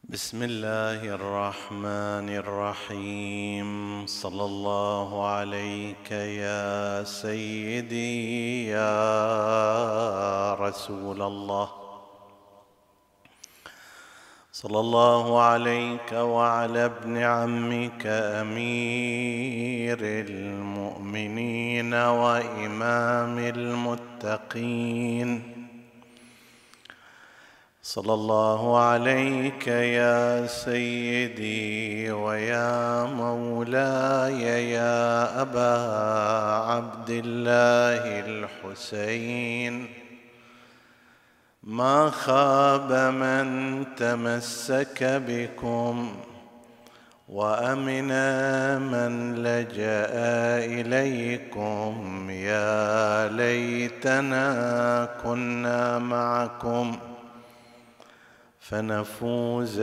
بسم الله الرحمن الرحيم. صلى الله عليك يا سيدي يا رسول الله. صلى الله عليك وعلى ابن عمك أمير المؤمنين وإمام المتقين. صلى الله عليك يا سيدي ويا مولاي يا أبا عبد الله الحسين. ما خاب من تمسك بكم وأمن من لجأ إليكم. يا ليتنا كنا معكم فنفوز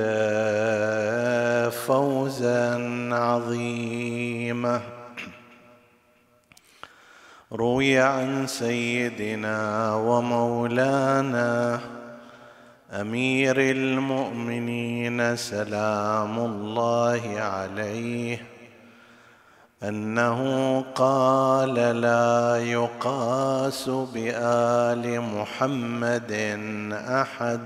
فوزا عظيما. روي عن سيدنا ومولانا أمير المؤمنين سلام الله عليه أنه قال: لا يقاس بآل محمد أحد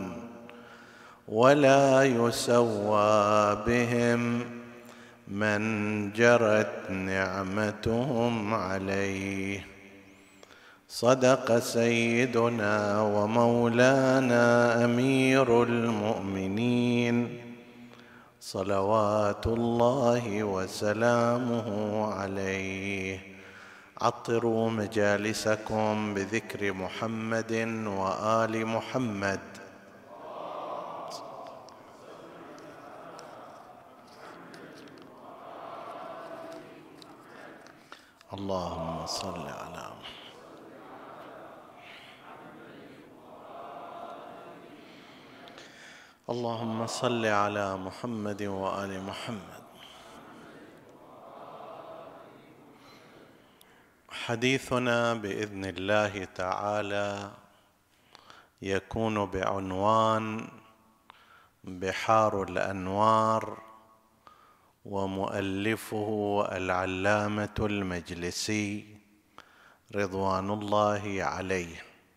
ولا يسوى بهم من جرت نعمتهم عليه. صدق سيدنا ومولانا أمير المؤمنين صلوات الله وسلامه عليه. عطروا مجالسكم بذكر محمد وآل محمد. اللهم صل على محمد. اللهم صل على محمد وآل محمد. حديثنا بإذن الله تعالى يكون بعنوان بحار الأنوار، ومؤلفه العلامة المجلسي رضوان الله عليه.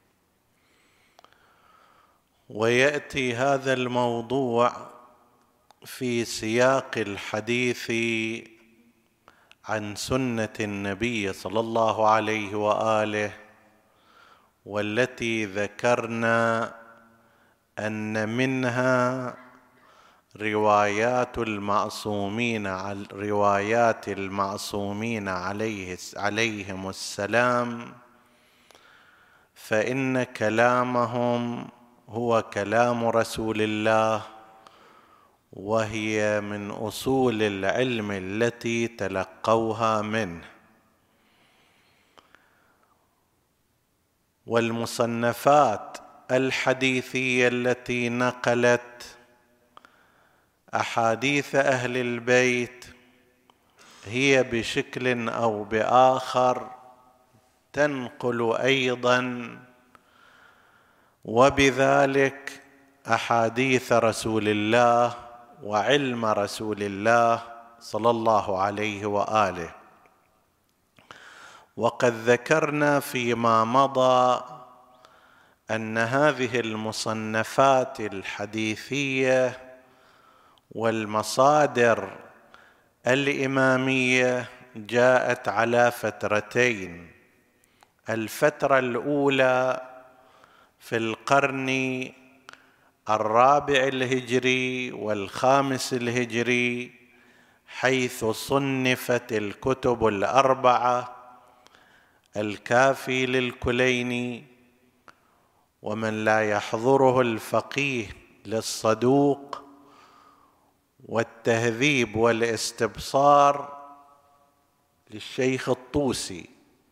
ويأتي هذا الموضوع في سياق الحديث عن سنة النبي صلى الله عليه وآله، والتي ذكرنا أن منها روايات المعصومين عليهم السلام، فإن كلامهم هو كلام رسول الله، وهي من أصول العلم التي تلقوها منه. والمصنفات الحديثية التي نقلت أحاديث أهل البيت هي بشكل أو بآخر تنقل أيضا وبذلك أحاديث رسول الله وعلم رسول الله صلى الله عليه وآله. وقد ذكرنا فيما مضى أن هذه المصنفات الحديثية والمصادر الإمامية جاءت على فترتين. الفترة الأولى في القرن الرابع الهجري والخامس الهجري، حيث صنفت الكتب الأربعة: الكافي للكليني، ومن لا يحضره الفقيه للصدوق، والتهذيب والاستبصار للشيخ الطوسي.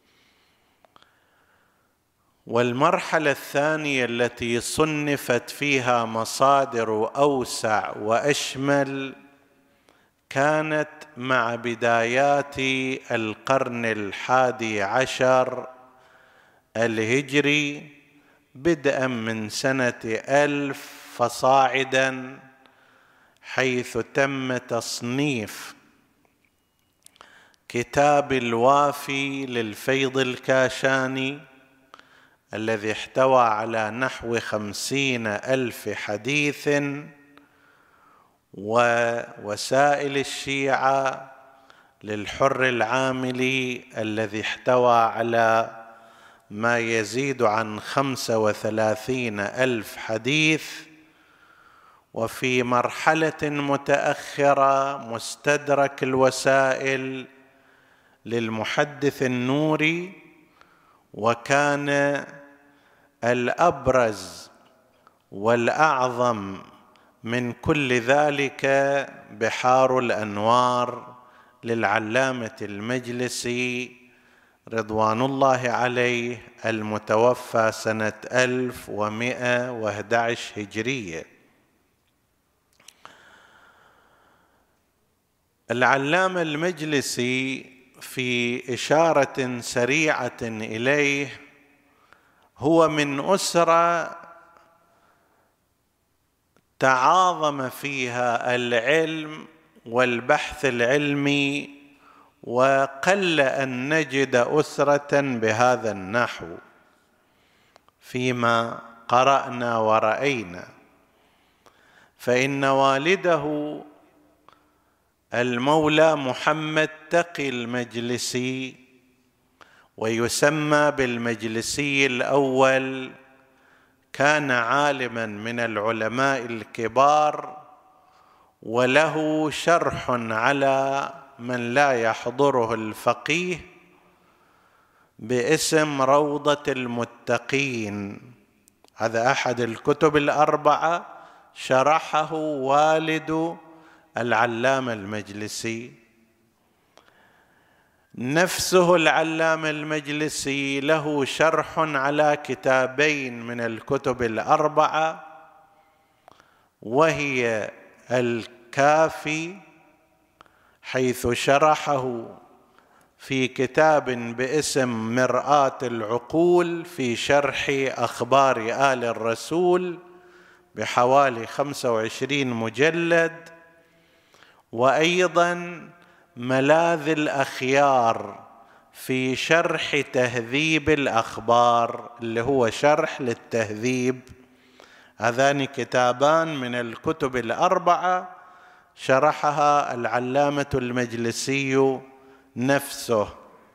والمرحلة الثانية التي صنفت فيها مصادر أوسع وأشمل كانت مع بدايات القرن 11 الهجري، بدءا من سنة 1000 فصاعدا، حيث تم تصنيف كتاب الوافي للفيض الكاشاني الذي احتوى على نحو 50,000 حديث، ووسائل الشيعة للحر العاملي الذي احتوى على ما يزيد عن 35,000 حديث، وفي مرحلة متأخرة مستدرك الوسائل للمحدث النوري. وكان الأبرز والأعظم من كل ذلك بحار الأنوار للعلامة المجلسي رضوان الله عليه، المتوفى سنة 1111 هجرية. العلامة المجلسي في إشارة سريعة إليه هو من أسرة تعاظم فيها العلم والبحث العلمي، وقل أن نجد أسرة بهذا النحو فيما قرأنا ورأينا. فإن والده المولى محمد تقي المجلسي، ويسمى بالمجلسي الأول، كان عالما من العلماء الكبار، وله شرح على من لا يحضره الفقيه باسم روضة المتقين. هذا أحد الكتب الأربعة شرحه والد العلامة المجلسي. نفسه العلامة المجلسي له شرح على كتابين من الكتب الأربعة، وهي الكافي، حيث شرحه في كتاب باسم مرآة العقول في شرح أخبار آل الرسول بحوالي 25 مجلد، وأيضا ملاذ الأخيار في شرح تهذيب الأخبار اللي هو شرح للتهذيب. هذان كتابان من الكتب الأربعة شرحها العلامة المجلسي نفسه.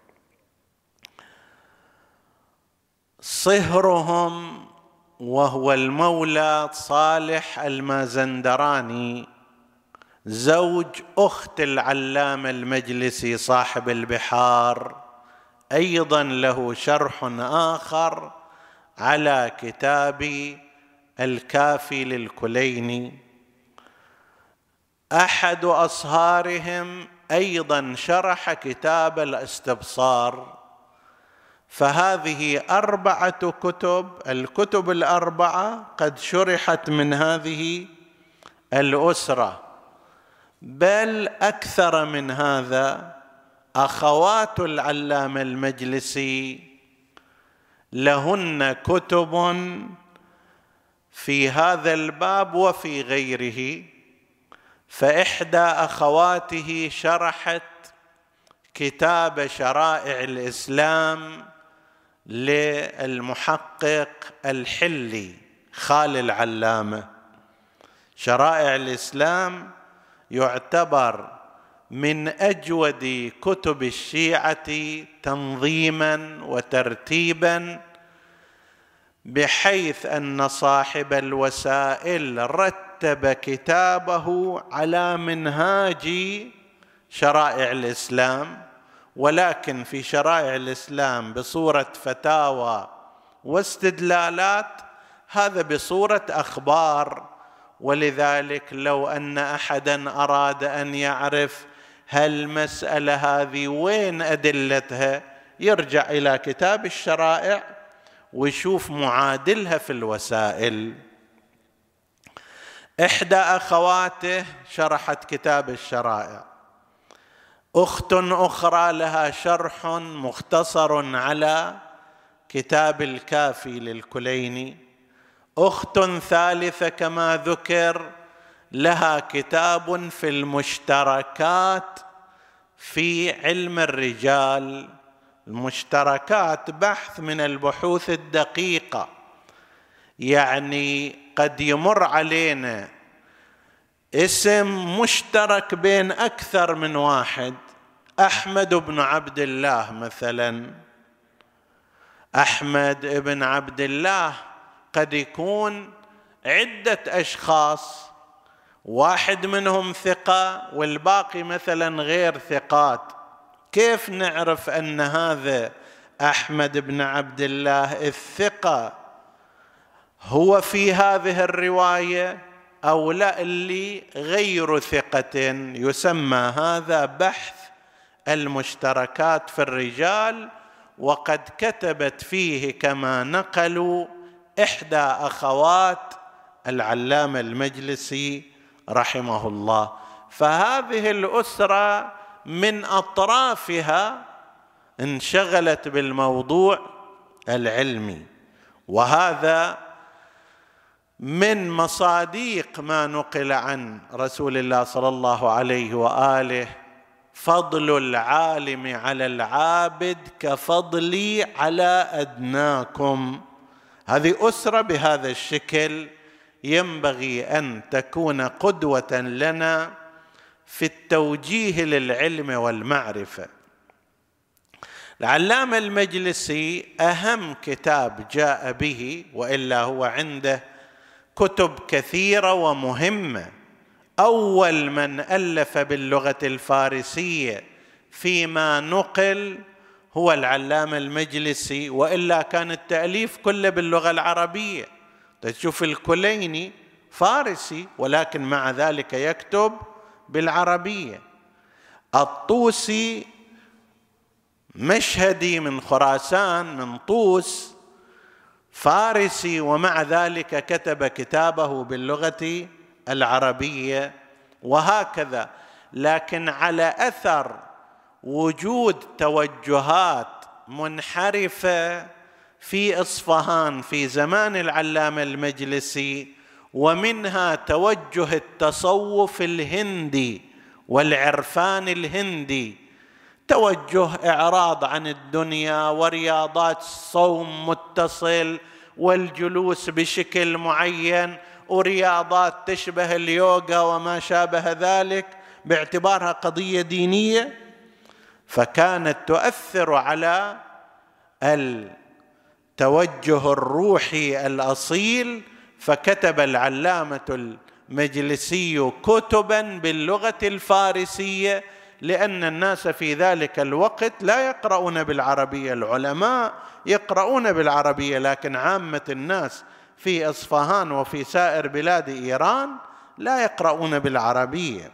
صهرهم وهو المولى صالح المازندراني، زوج أخت العلامة المجلسي صاحب البحار، أيضا له شرح آخر على كتاب الكافي للكليني. أحد أصهارهم أيضا شرح كتاب الاستبصار. فهذه 4 كتب، الكتب الأربعة قد شرحت من هذه الأسرة، بل أكثر من هذا. أخوات العلامة المجلسي لهن كتب في هذا الباب وفي غيره. فإحدى أخواته شرحت كتاب شرائع الإسلام للمحقق الحلي خال العلامة. شرائع الإسلام يعتبر من أجود كتب الشيعة تنظيما وترتيبا، بحيث أن صاحب الوسائل رتب كتابه على منهاج شرائع الإسلام، ولكن في شرائع الإسلام بصورة فتاوى واستدلالات، هذا بصورة أخبار. ولذلك لو أن أحدا أراد أن يعرف هل المسألة هذه وين أدلتها، يرجع إلى كتاب الشرائع ويشوف معادلها في الوسائل. إحدى أخواته شرحت كتاب الشرائع. أخت أخرى لها شرح مختصر على كتاب الكافي للكليني. أخت ثالثة كما ذكر لها كتاب في المشتركات في علم الرجال. المشتركات بحث من البحوث الدقيقة، يعني قد يمر علينا اسم مشترك بين أكثر من واحد. أحمد بن عبد الله مثلا، أحمد بن عبد الله قد يكون عدة أشخاص، واحد منهم ثقة والباقي مثلا غير ثقات. كيف نعرف أن هذا أحمد بن عبد الله الثقة هو في هذه الرواية أو لا اللي غير ثقة؟ يسمى هذا بحث المشتركات في الرجال، وقد كتبت فيه كما نقلوا إحدى أخوات العلامة المجلسي رحمه الله. فهذه الأسرة من أطرافها انشغلت بالموضوع العلمي، وهذا من مصاديق ما نقل عن رسول الله صلى الله عليه وآله: فضل العالم على العابد كفضلي على أدناكم. هذه أسرة بهذا الشكل ينبغي أن تكون قدوة لنا في التوجيه للعلم والمعرفة. العلامة المجلسي أهم كتاب جاء به، وإلا هو عنده كتب كثيرة ومهمة، أول من ألف باللغة الفارسية فيما نقل هو العلامة المجلسي، وإلا كان التأليف كله باللغة العربية. تشوف الكليني فارسي ولكن مع ذلك يكتب بالعربية. الطوسي مشهدي من خراسان من طوس، فارسي ومع ذلك كتب كتابه باللغة العربية، وهكذا. لكن على أثر وجود توجهات منحرفة في إصفهان في زمان العلامة المجلسي، ومنها توجه التصوف الهندي والعرفان الهندي، توجه إعراض عن الدنيا ورياضات صوم متصل والجلوس بشكل معين ورياضات تشبه اليوغا وما شابه ذلك باعتبارها قضية دينية، فكانت تؤثر على التوجه الروحي الأصيل. فكتب العلامة المجلسي كتبا باللغة الفارسية، لأن الناس في ذلك الوقت لا يقرؤون بالعربية. العلماء يقرؤون بالعربية، لكن عامة الناس في إصفهان وفي سائر بلاد إيران لا يقرؤون بالعربية.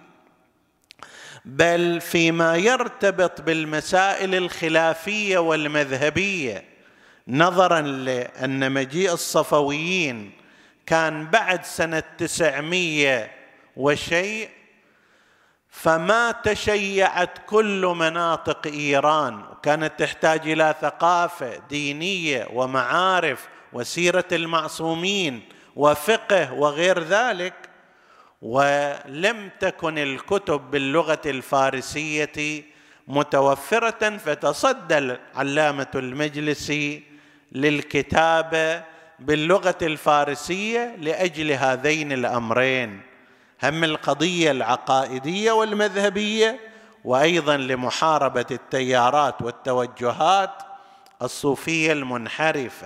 بل فيما يرتبط بالمسائل الخلافية والمذهبية، نظرا لأن مجيء الصفويين كان بعد سنة 900 وشيء، فما تشيعت كل مناطق إيران، وكانت تحتاج إلى ثقافة دينية ومعارف وسيرة المعصومين وفقه وغير ذلك، ولم تكن الكتب باللغة الفارسية متوفرة. فتصدى العلامة المجلسي للكتابة باللغة الفارسية لأجل هذين الأمرين: هم القضية العقائدية والمذهبية، وأيضا لمحاربة التيارات والتوجهات الصوفية المنحرفة.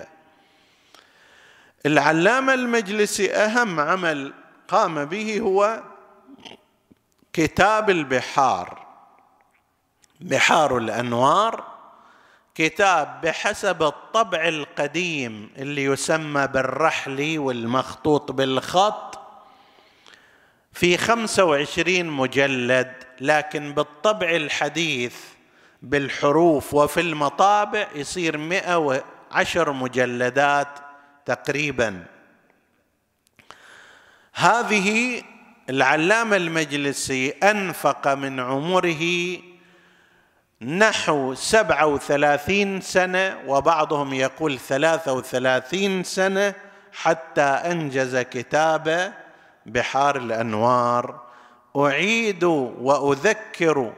العلامة المجلسي أهم عمل قام به هو كتاب البحار، بحار الأنوار، كتاب بحسب الطبع القديم اللي يسمى بالرحلي والمخطوط بالخط، في 25 مجلد، لكن بالطبع الحديث بالحروف وفي المطابع يصير 110 مجلدات تقريبا. هذه العلامة المجلسي أنفق من عمره نحو 37 سنة، وبعضهم يقول 33 سنة، حتى أنجز كتابه بحار الأنوار أعيد وأذكر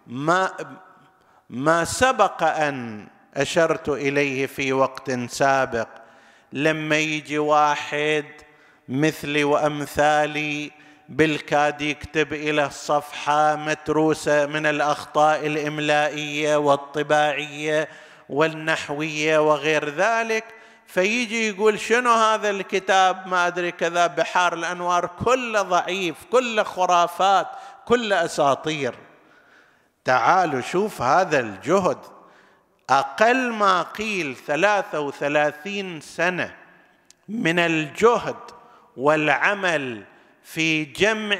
ما سبق أن أشرت إليه في وقت سابق. لما يجي واحد مثلي وأمثالي بالكاد يكتب إلى صفحة متروسة من الأخطاء الإملائية والطباعية والنحوية وغير ذلك، فيجي يقول شنو هذا الكتاب ما أدري كذا بحار الأنوار، كله ضعيف، كله خرافات، كله أساطير. تعالوا شوف هذا الجهد، أقل ما قيل 33 سنة من الجهد والعمل في جمع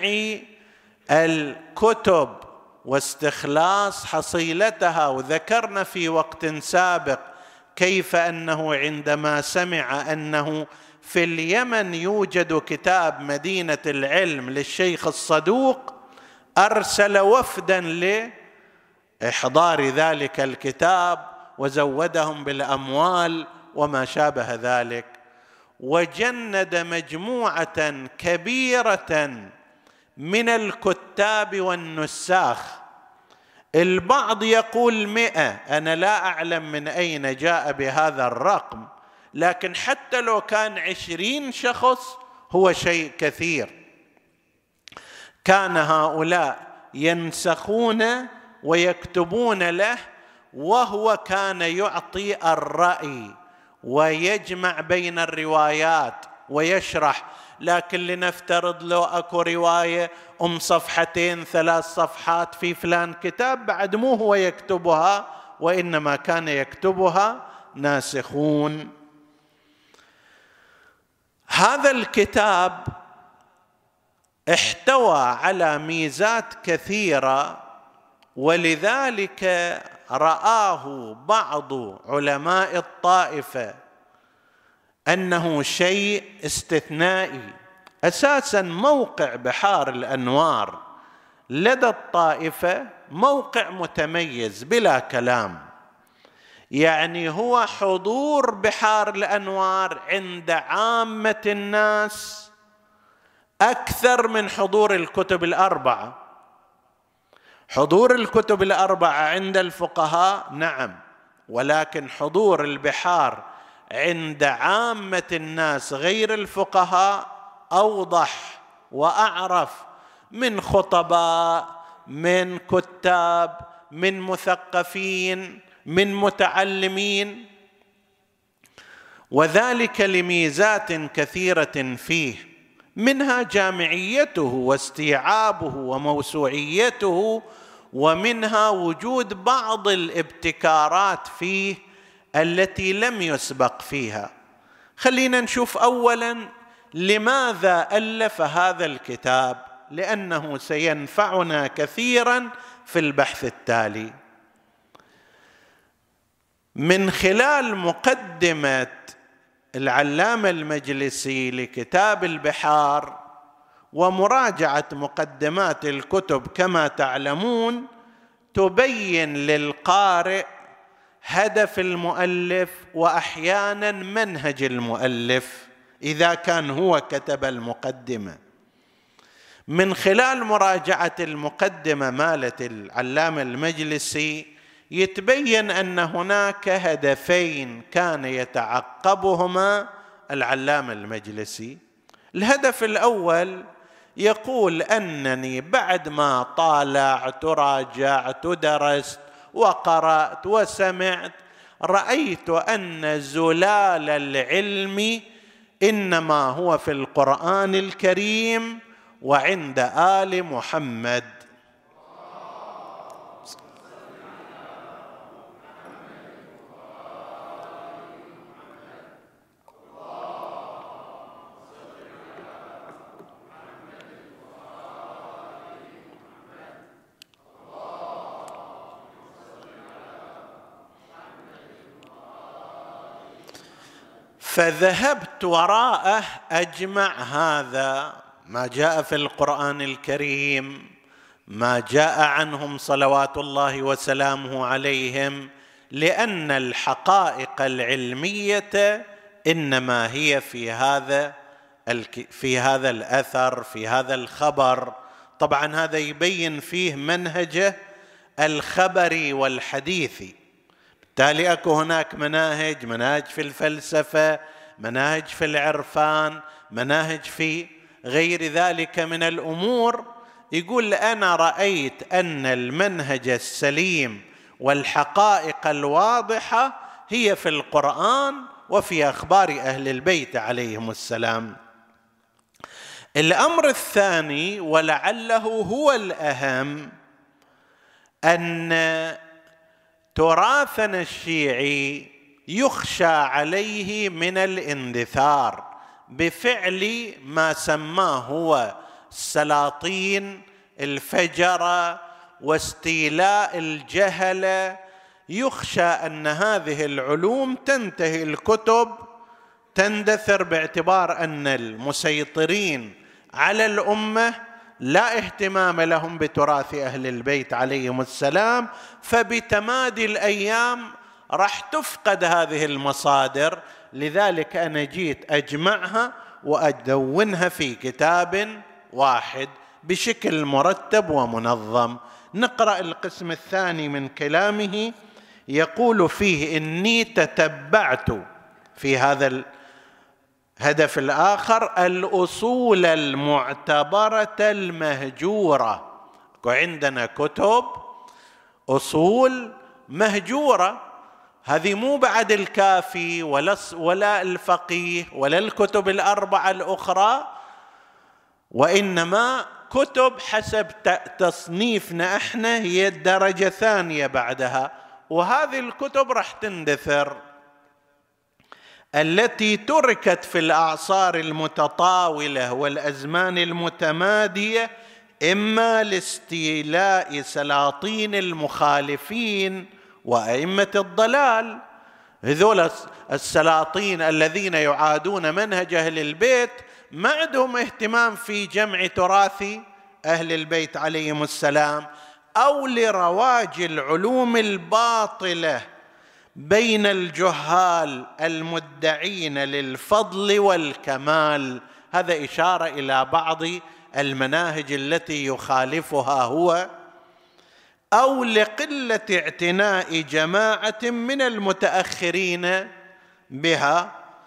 الكتب واستخلاص حصيلتها. وذكرنا في وقت سابق كيف أنه عندما سمع أنه في اليمن يوجد كتاب مدينة العلم للشيخ الصدوق أرسل وفدا لإحضار ذلك الكتاب وزودهم بالأموال وما شابه ذلك، وجند مجموعة كبيرة من الكتاب والنساخ. البعض يقول 100، أنا لا أعلم من أين جاء بهذا الرقم، لكن حتى لو كان 20 شخص هو شيء كثير. كان هؤلاء ينسخون ويكتبون له، وهو كان يعطي الرأي ويجمع بين الروايات ويشرح. لكن لنفترض لو أكو رواية صفحتين 3 صفحات في فلان كتاب، بعد مو هو يكتبها، وإنما كان يكتبها ناسخون. هذا الكتاب احتوى على ميزات كثيرة، ولذلك رآه بعض علماء الطائفة أنه شيء استثنائي. أساساً موقع بحار الأنوار لدى الطائفة موقع متميز بلا كلام، يعني هو حضور بحار الأنوار عند عامة الناس أكثر من حضور الكتب الأربعة. حضور الكتب الأربعة عند الفقهاء نعم، ولكن حضور البحار عند عامة الناس غير الفقهاء أوضح وأعرف، من خطباء، من كتاب، من مثقفين، من متعلمين، وذلك لميزات كثيرة فيه، منها جامعيته واستيعابه وموسوعيته، ومنها وجود بعض الابتكارات فيه التي لم يسبق فيها. خلينا نشوف أولاً لماذا ألف هذا الكتاب، لأنه سينفعنا كثيراً في البحث التالي. من خلال مقدمة العلامة المجلسي لكتاب البحار ومراجعة مقدمات الكتب كما تعلمون، تبين للقارئ هدف المؤلف وأحياناً منهج المؤلف إذا كان هو كتب المقدمة. من خلال مراجعة المقدمة مالة العلامة المجلسي يتبين أن هناك هدفين كان يتعقبهما العلامة المجلسي. الهدف الأول يقول أنني بعد ما طالعت راجعت درست وقرأت وسمعت، رأيت أن زلال العلم إنما هو في القرآن الكريم وعند آل محمد. فذهبت وراءه أجمع هذا ما جاء في القرآن الكريم، ما جاء عنهم صلوات الله وسلامه عليهم، لأن الحقائق العلمية إنما هي في هذا في هذا الأثر، في هذا الخبر. طبعا هذا يبين فيه منهجه الخبري والحديثي. بالتالي أكو هناك مناهج في الفلسفة، مناهج في العرفان، مناهج في غير ذلك من الأمور. يقول أنا رأيت أن المنهج السليم والحقائق الواضحة هي في القرآن وفي أخبار أهل البيت عليهم السلام. الأمر الثاني ولعله هو الأهم، أن تراثنا الشيعي يخشى عليه من الاندثار بفعل ما سماه هو السلاطين الفجرة واستيلاء الجهلة. يخشى أن هذه العلوم تنتهي، الكتب تندثر، باعتبار أن المسيطرين على الأمة لا اهتمام لهم بتراث أهل البيت عليهم السلام، فبتمادي الأيام راح تفقد هذه المصادر. لذلك أنا جيت أجمعها وأدونها في كتاب واحد بشكل مرتب ومنظم. نقرأ القسم الثاني من كلامه، يقول فيه: إني تتبعت في هذا الهدف الآخر الأصول المعتبرة المهجورة. وعندنا كتب أصول مهجورة، هذه مو بعد الكافي ولا الفقيه ولا الكتب الأربعة الأخرى، وإنما كتب حسب تصنيفنا احنا هي الدرجة ثانية بعدها. وهذه الكتب راح تندثر، التي تركت في الأعصار المتطاولة والأزمان المتمادية، إما لاستيلاء سلاطين المخالفين وأئمة الضلال. هذول السلاطين الذين يعادون منهج أهل البيت ما عندهم اهتمام في جمع تراث أهل البيت عليهم السلام، أو لرواج العلوم الباطلة بين الجهال المدعين للفضل والكمال. هذا إشارة إلى بعض المناهج التي يخالفها هو، أو لقلة اعتناء جماعة من المتأخرين بها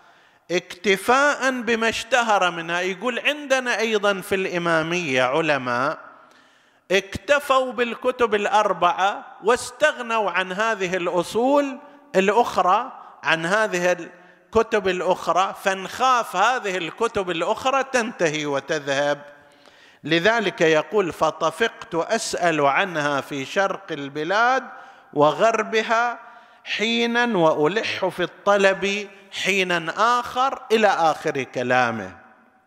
اكتفاء بما اشتهر منها. يقول عندنا أيضا في الإمامية علماء اكتفوا بالكتب الأربعة واستغنوا عن هذه الأصول الأخرى، عن هذه الكتب الأخرى، فنخاف هذه الكتب الأخرى تنتهي وتذهب. لذلك يقول: فطفقت أسأل عنها في شرق البلاد وغربها حينا وألح في الطلب حينا آخر، إلى آخر كلامه.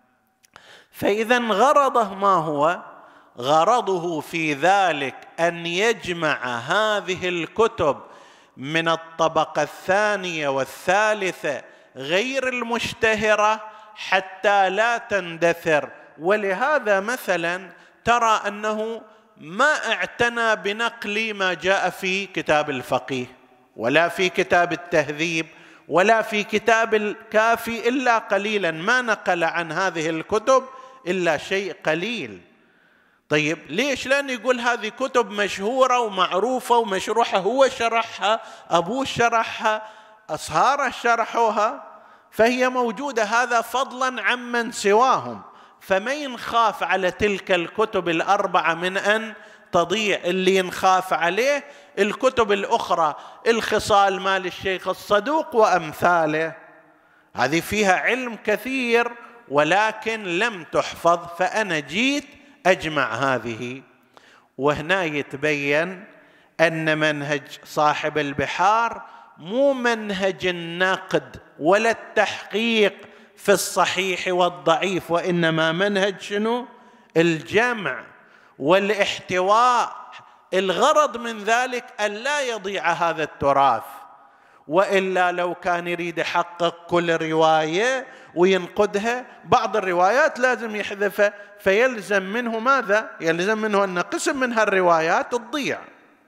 فإذا غرضه ما هو؟ غرضه في ذلك أن يجمع هذه الكتب من الطبقة الثانية والثالثة غير المشتهرة حتى لا تندثر. ولهذا مثلا ترى أنه ما اعتنى بنقل ما جاء في كتاب الفقيه ولا في كتاب التهذيب ولا في كتاب الكافي إلا قليلا، ما نقل عن هذه الكتب إلا شيء قليل. طيب ليش؟ لأن يقول هذه كتب مشهورة ومعروفة ومشروحة، هو شرحها، أبوه شرحها، أصهاره شرحوها، فهي موجودة، هذا فضلا عمن سواهم. فما ينخاف على تلك الكتب الأربعة من أن تضيع. اللي ينخاف عليه الكتب الأخرى، الخصال مال الشيخ الصدوق وأمثاله، هذه فيها علم كثير ولكن لم تحفظ، فأنا جيت أجمع هذه. وهنا يتبين أن منهج صاحب البحار مو منهج النقد ولا التحقيق في الصحيح والضعيف، وإنما منهج شنو؟ الجمع والاحتواء. الغرض من ذلك أن لا يضيع هذا التراث، وإلا لو كان يريد يحقق كل رواية وينقدها، بعض الروايات لازم يحذفها، فيلزم منه ماذا؟ يلزم منه أن قسم من هالروايات تضيع.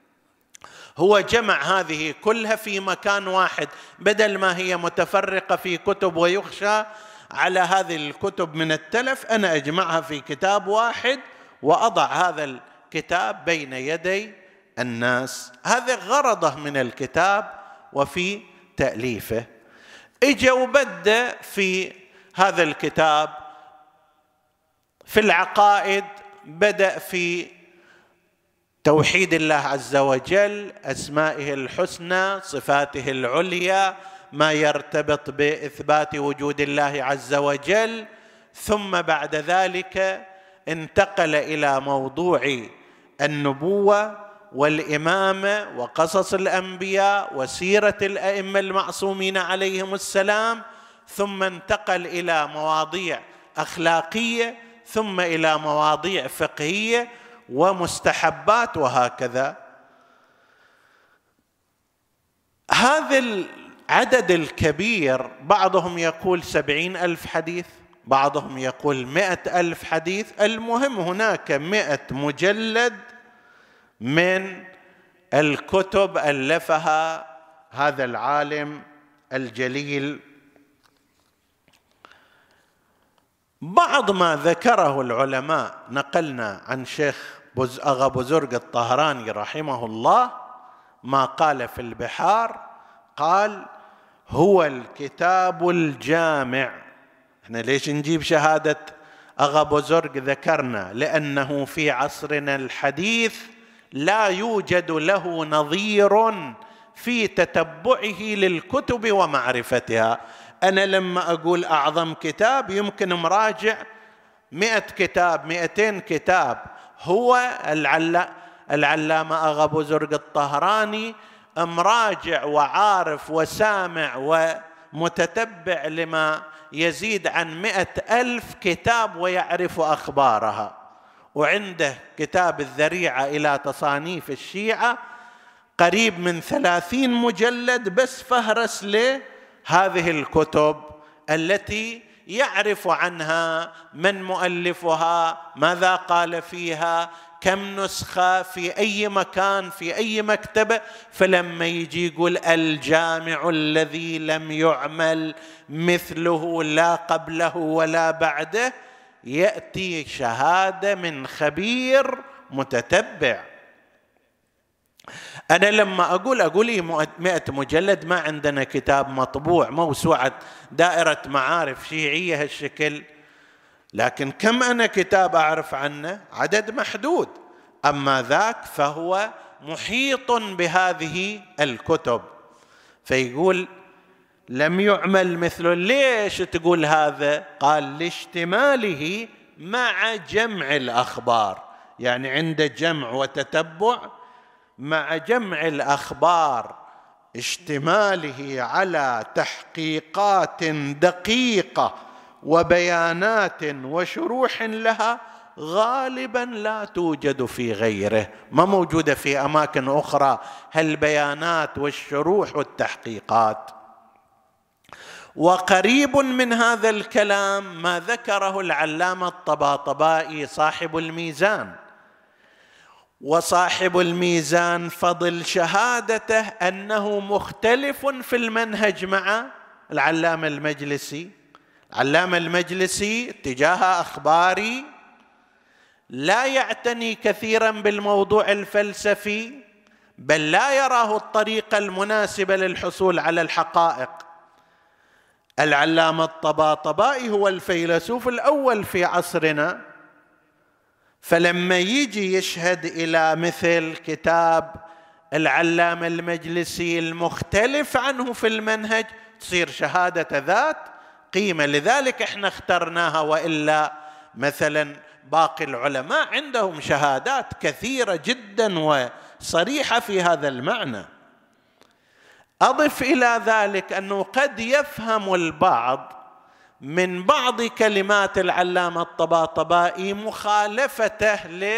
هو جمع هذه كلها في مكان واحد، بدل ما هي متفرقة في كتب ويخشى على هذه الكتب من التلف، أنا أجمعها في كتاب واحد وأضع هذا الكتاب بين يدي الناس. هذا غرضه من الكتاب وفي تأليفه. اجى وبدأ في هذا الكتاب في العقائد، بدأ في توحيد الله عز وجل، أسمائه الحسنى، صفاته العليا، ما يرتبط بإثبات وجود الله عز وجل. ثم بعد ذلك انتقل إلى موضوع النبوة والإمامة وقصص الأنبياء وسيرة الأئمة المعصومين عليهم السلام، ثم انتقل إلى مواضيع أخلاقية، ثم إلى مواضيع فقهية ومستحبات، وهكذا. هذا العدد الكبير، بعضهم يقول 70,000 حديث، بعضهم يقول 100,000 حديث، المهم هناك 100 مجلد من الكتب ألفها هذا العالم الجليل. بعض ما ذكره العلماء، نقلنا عن شيخ أغا بزرق الطهراني رحمه الله ما قال في البحار، قال: هو الكتاب الجامع. احنا ليش نجيب شهادة أغا بزرق؟ ذكرنا لأنه في عصرنا الحديث لا يوجد له نظير في تتبعه للكتب ومعرفتها. أنا لما أقول أعظم كتاب يمكن مراجع 100 كتاب 200 كتاب. هو العلامة أغا بزرق الطهراني مراجع وعارف وسامع ومتتبع لما يزيد عن 100,000 كتاب ويعرف أخبارها، وعنده كتاب الذريعة إلى تصانيف الشيعة قريب من 30 مجلد بس فهرس لهذه الكتب التي يعرف عنها من مؤلفها، ماذا قال فيها، كم نسخة، في أي مكان، في أي مكتبة. فلما يجي يقول الجامع الذي لم يعمل مثله لا قبله ولا بعده، يأتي شهادة من خبير متتبع. أنا لما أقول لي 100 مجلد، ما عندنا كتاب مطبوع موسوعة دائرة معارف شيعية هالشكل، لكن كم أنا كتاب أعرف عنه؟ عدد محدود. أما ذاك فهو محيط بهذه الكتب، فيقول لم يعمل مثله. ليش تقول هذا؟ قال: لاشتماله مع جمع الأخبار، يعني عنده جمع وتتبع مع جمع الأخبار، اشتماله على تحقيقات دقيقة وبيانات وشروح لها غالبا لا توجد في غيره، ما موجودة في أماكن أخرى هالبيانات والشروح والتحقيقات. وقريب من هذا الكلام ما ذكره العلامة الطباطبائي صاحب الميزان. وصاحب الميزان فضل شهادته أنه مختلف في المنهج مع العلامة المجلسي. العلامة المجلسي اتجاه أخباري، لا يعتني كثيرا بالموضوع الفلسفي، بل لا يراه الطريقة المناسبة للحصول على الحقائق. العلامة الطباطبائي هو الفيلسوف الأول في عصرنا، فلما يجي يشهد إلى مثل كتاب العلامة المجلسي المختلف عنه في المنهج، تصير شهادة ذات قيمة. لذلك احنا اخترناها، وإلا مثلا باقي العلماء عندهم شهادات كثيرة جدا وصريحة في هذا المعنى. أضف إلى ذلك أنه قد يفهم البعض من بعض كلمات العلامة الطباطبائي مخالفته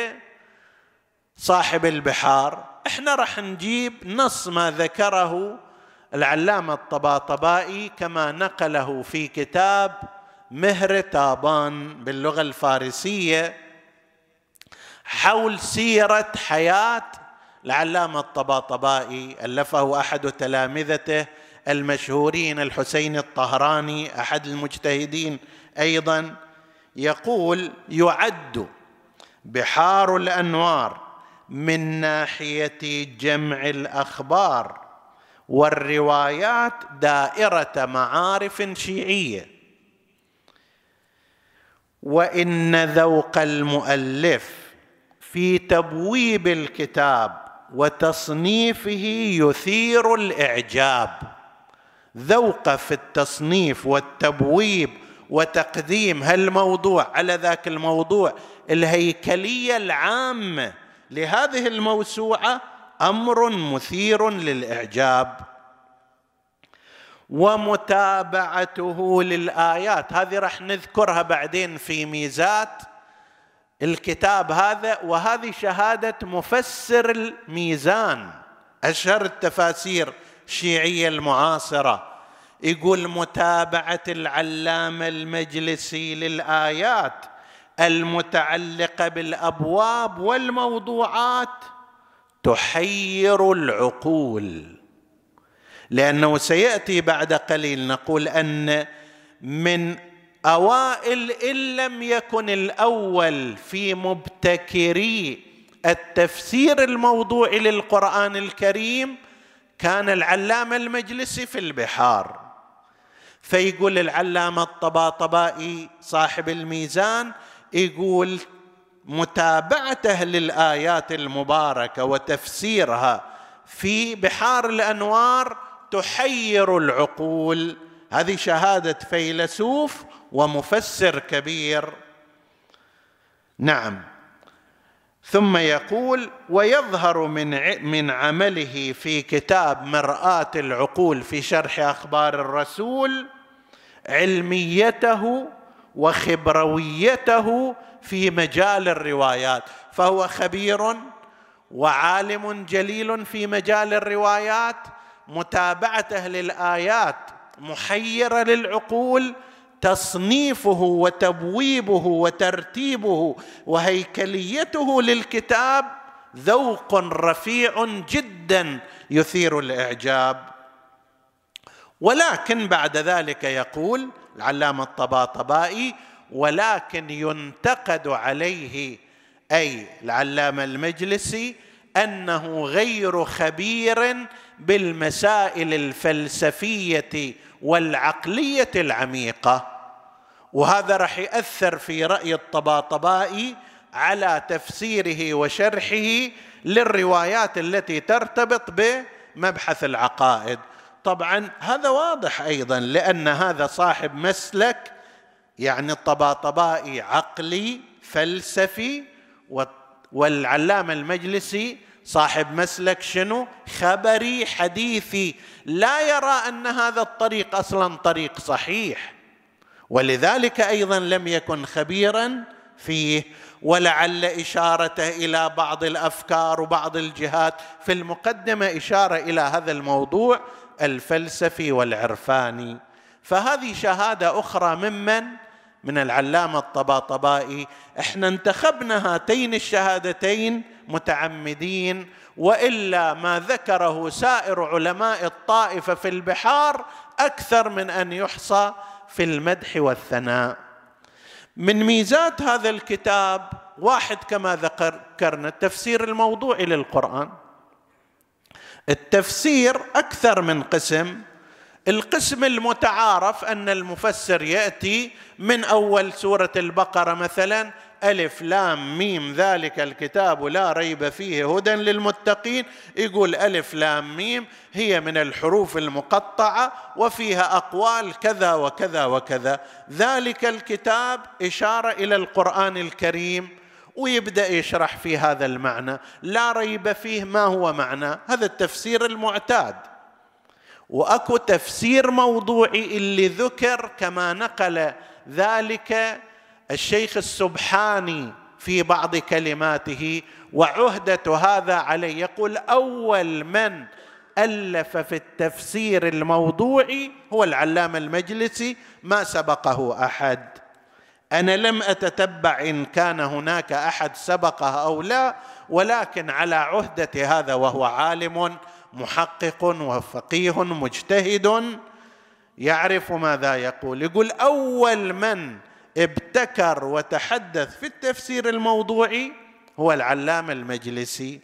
لصاحب البحار. احنا راح نجيب نص ما ذكره العلامة الطباطبائي كما نقله في كتاب مهر تابان باللغة الفارسية حول سيرة حياة العلامة الطباطبائي، ألفه أحد تلامذته المشهورين الحسين الطهراني أحد المجتهدين أيضا، يقول: يعد بحار الأنوار من ناحية جمع الأخبار والروايات دائرة معارف شيعية، وإن ذوق المؤلف في تبويب الكتاب وتصنيفه يثير الإعجاب. ذوق في التصنيف والتبويب وتقديم هالموضوع على ذاك الموضوع، الهيكلية العامة لهذه الموسوعة أمر مثير للإعجاب. ومتابعته للآيات، هذه رح نذكرها بعدين في ميزات الكتاب هذا، وهذه شهادة مفسر الميزان أشهر التفاسير الشيعية المعاصرة، يقول: متابعة العلامة المجلسي للآيات المتعلقة بالأبواب والموضوعات تحير العقول، لأنه سيأتي بعد قليل نقول أن من أوائل إن لم يكن الأول في مبتكري التفسير الموضوعي للقرآن الكريم كان العلامة المجلسي في البحار. فيقول العلامة الطباطبائي صاحب الميزان، يقول: متابعته للآيات المباركة وتفسيرها في بحار الأنوار تحير العقول. هذه شهادة فيلسوف ومفسر كبير. نعم. ثم يقول: ويظهر من عمله في كتاب مرآة العقول في شرح أخبار الرسول علميته وخبرويته في مجال الروايات، فهو خبير وعالم جليل في مجال الروايات. متابعته للآيات محيرة للعقول، تصنيفه وتبويبه وترتيبه وهيكليته للكتاب ذوق رفيع جدا يثير الإعجاب. ولكن بعد ذلك يقول العلامة الطباطبائي: ولكن ينتقد عليه، أي العلامة المجلسي، أنه غير خبير بالمسائل الفلسفية والعقلية العميقة. وهذا رح يأثر في رأي الطباطبائي على تفسيره وشرحه للروايات التي ترتبط بمبحث العقائد. طبعا هذا واضح أيضا، لأن هذا صاحب مسلك، يعني الطباطبائي عقلي فلسفي، والعلامة المجلسي صاحب مسلك شنو؟ خبري حديثي، لا يرى أن هذا الطريق أصلا طريق صحيح، ولذلك أيضا لم يكن خبيرا فيه. ولعل إشارته إلى بعض الأفكار وبعض الجهات في المقدمة إشارة إلى هذا الموضوع الفلسفي والعرفاني. فهذه شهادة أخرى من العلامة الطباطبائي. احنا انتخبنا هاتين الشهادتين متعمدين، وإلا ما ذكره سائر علماء الطائفة في البحار أكثر من أن يحصى في المدح والثناء. من ميزات هذا الكتاب واحد كما ذكرنا التفسير الموضوعي للقرآن. التفسير أكثر من قسم. القسم المتعارف أن المفسر يأتي من أول سورة البقرة مثلا: ألف لام ميم ذلك الكتاب لا ريب فيه هدى للمتقين، يقول ألف لام ميم هي من الحروف المقطعة وفيها أقوال كذا وكذا وكذا، ذلك الكتاب إشارة إلى القرآن الكريم، ويبدأ يشرح في هذا المعنى. لا ريب فيه ما هو معنى، هذا التفسير المعتاد. وأكو تفسير موضوعي اللي ذكر كما نقل ذلك الشيخ السبحاني في بعض كلماته، وعهدة هذا عليه. يقول: أول من ألف في التفسير الموضوعي هو العلامة المجلسي، ما سبقه أحد. أنا لم أتتبع إن كان هناك أحد سبقه أو لا، ولكن على عهدة هذا، وهو عالم محقق وفقيه مجتهد يعرف ماذا يقول. يقول أول من ابتكر وتحدث في التفسير الموضوعي هو العلامة المجلسي.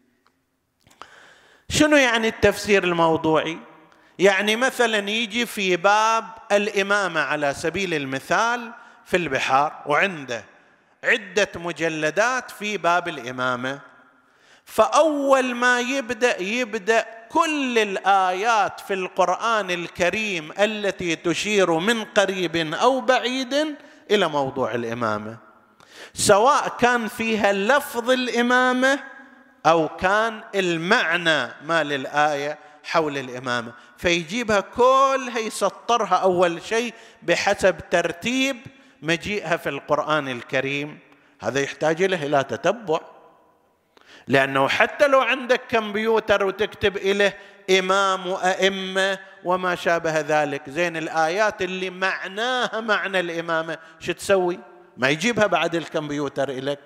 شنو يعني التفسير الموضوعي؟ يعني مثلا يجي في باب الإمامة على سبيل المثال في البحار، وعنده عدة مجلدات في باب الإمامة، فأول ما يبدأ كل الآيات في القرآن الكريم التي تشير من قريب أو بعيد إلى موضوع الإمامة، سواء كان فيها لفظ الإمامة أو كان المعنى ما للآية حول الإمامة، فيجيبها كلها يسطرها أول شيء بحسب ترتيب مجيئها في القرآن الكريم. هذا يحتاج له إلى تتبع، لأنه حتى لو عندك كمبيوتر وتكتب إليه إمام وأئمة وما شابه ذلك، زين الآيات اللي معناها معنى الإمامة شو تسوي؟ ما يجيبها بعد الكمبيوتر إليك.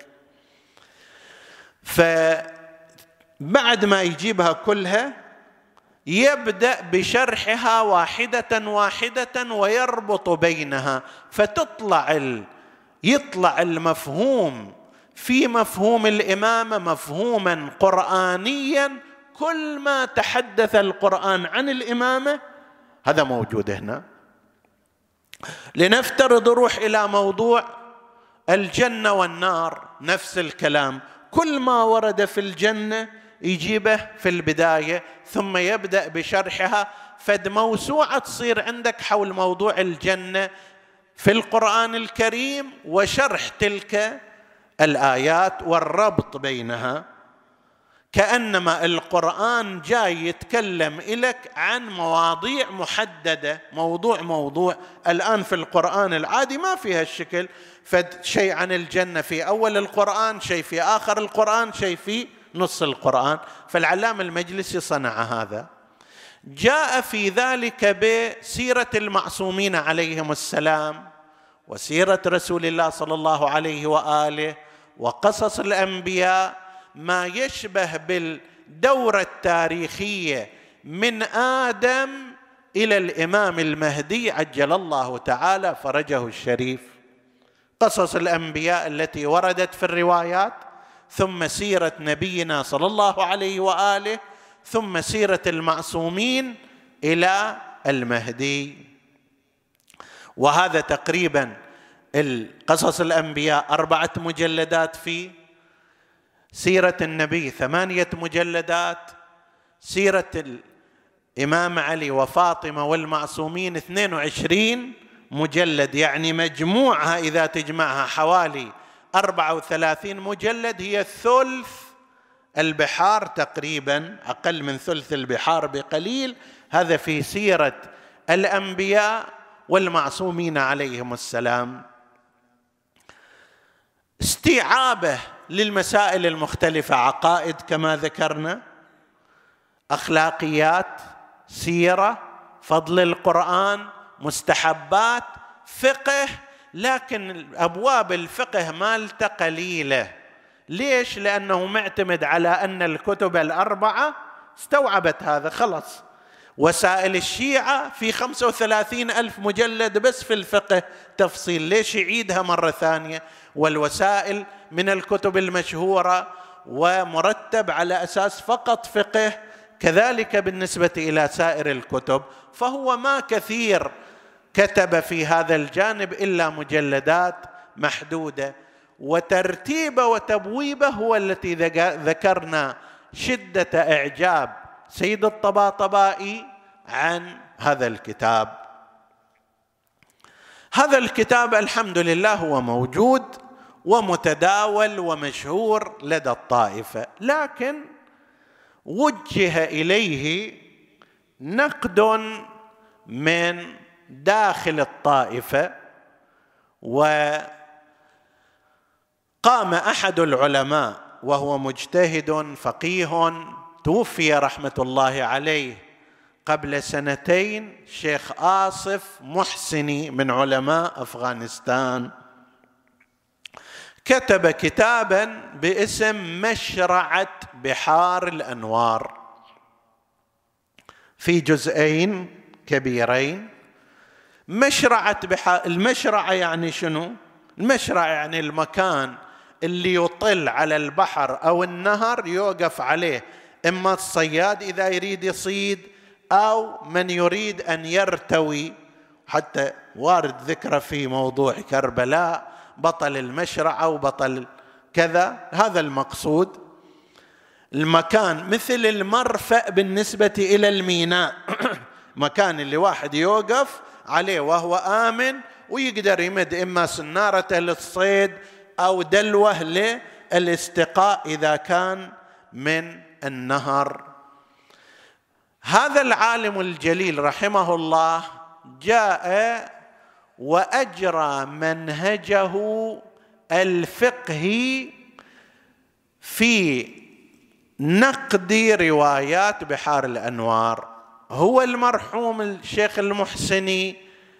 فبعد ما يجيبها كلها يبدأ بشرحها واحدة واحدة ويربط بينها، يطلع المفهوم في مفهوم الإمامة مفهوما قرآنيا. كل ما تحدث القرآن عن الإمامة هذا موجود هنا. لنفترض روح إلى موضوع الجنة والنار، نفس الكلام، كل ما ورد في الجنة يجيبه في البداية ثم يبدأ بشرحها، فد موسوعة تصير عندك حول موضوع الجنة في القرآن الكريم وشرح تلك الآيات والربط بينها، كأنما القرآن جاي يتكلم إليك عن مواضيع محددة، موضوع. الآن في القرآن العادي ما فيها الشكل، فشيء عن الجنة في أول القرآن، شيء في آخر القرآن، شيء في نص القرآن. فالعلامة المجلسي صنع هذا. جاء في ذلك بسيرة المعصومين عليهم السلام، وسيرة رسول الله صلى الله عليه وآله، وقصص الأنبياء، ما يشبه بالدورة التاريخية من آدم إلى الإمام المهدي عجل الله تعالى فرجه الشريف. قصص الأنبياء التي وردت في الروايات، ثم سيرة نبينا صلى الله عليه وآله، ثم سيرة المعصومين إلى المهدي. وهذا تقريبا القصص الأنبياء 4 مجلدات، في سيرة النبي 8 مجلدات، سيرة الإمام علي وفاطمة والمعصومين 22 مجلد، يعني مجموعها إذا تجمعها حوالي 34 مجلد، هي ثلث البحار تقريبا، أقل من ثلث البحار بقليل. هذا في سيرة الأنبياء والمعصومين عليهم السلام. استيعابه للمسائل المختلفة، عقائد كما ذكرنا، أخلاقيات، سيرة، فضل القرآن، مستحبات، فقه. لكن أبواب الفقه مالته قليلة. ليش؟ لأنه معتمد على أن الكتب 4 استوعبت هذا خلص. وسائل الشيعة في 35,000 مجلد بس في الفقه تفصيل، ليش يعيدها مرة ثانية؟ والوسائل من الكتب المشهورة ومرتب على أساس فقط فقه، كذلك بالنسبة إلى سائر الكتب، فهو ما كثير كتب في هذا الجانب إلا مجلدات محدودة. وترتيبه وتبويبه هو التي ذكرنا شدة إعجاب سيد الطباطبائي عن هذا الكتاب. هذا الكتاب الحمد لله هو موجود ومتداول ومشهور لدى الطائفة، لكن وجه إليه نقد من داخل الطائفة. وقام أحد العلماء وهو مجتهد فقيه توفي رحمة الله عليه قبل 2 سنين، شيخ آصف محسني من علماء أفغانستان، كتب كتابا باسم مشرعة بحار الأنوار. في جزئين كبيرين. مشرعة بحار، المشرعة يعني شنو؟ المشرعة يعني المكان اللي يطل على البحر أو النهر يوقف عليه إما الصياد إذا يريد يصيد أو من يريد أن يرتوي. حتى وارد ذكر في موضوع كربلاء بطل المشرعة وبطل كذا، هذا المقصود. المكان مثل المرفأ بالنسبة إلى الميناء مكان اللي واحد يوقف عليه وهو آمن ويقدر يمد إما سنارته للصيد أو دلوه للاستقاء إذا كان من النهر. هذا العالم الجليل رحمه الله جاء وأجرى منهجه الفقهي في نقد روايات بحار الأنوار. هو المرحوم الشيخ المحسني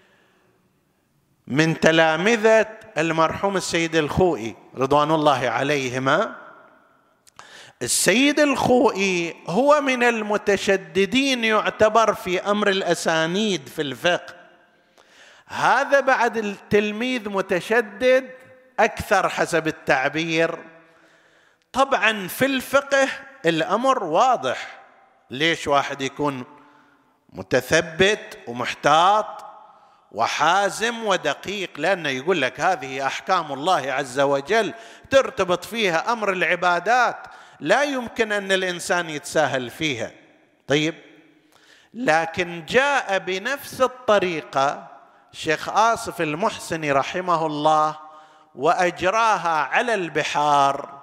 من تلامذة المرحوم السيد الخوئي رضوان الله عليهما. السيد الخوئي هو من المتشددين يعتبر في أمر الأسانيد في الفقه. هذا بعد التلميذ متشدد أكثر حسب التعبير. طبعا في الفقه الأمر واضح، ليش واحد يكون متثبت ومحتاط وحازم ودقيق؟ لأنه يقول لك هذه أحكام الله عز وجل ترتبط فيها أمر العبادات، لا يمكن أن الإنسان يتساهل فيها. طيب، لكن جاء بنفس الطريقة الشيخ آصف المحسني رحمه الله وأجراها على البحار،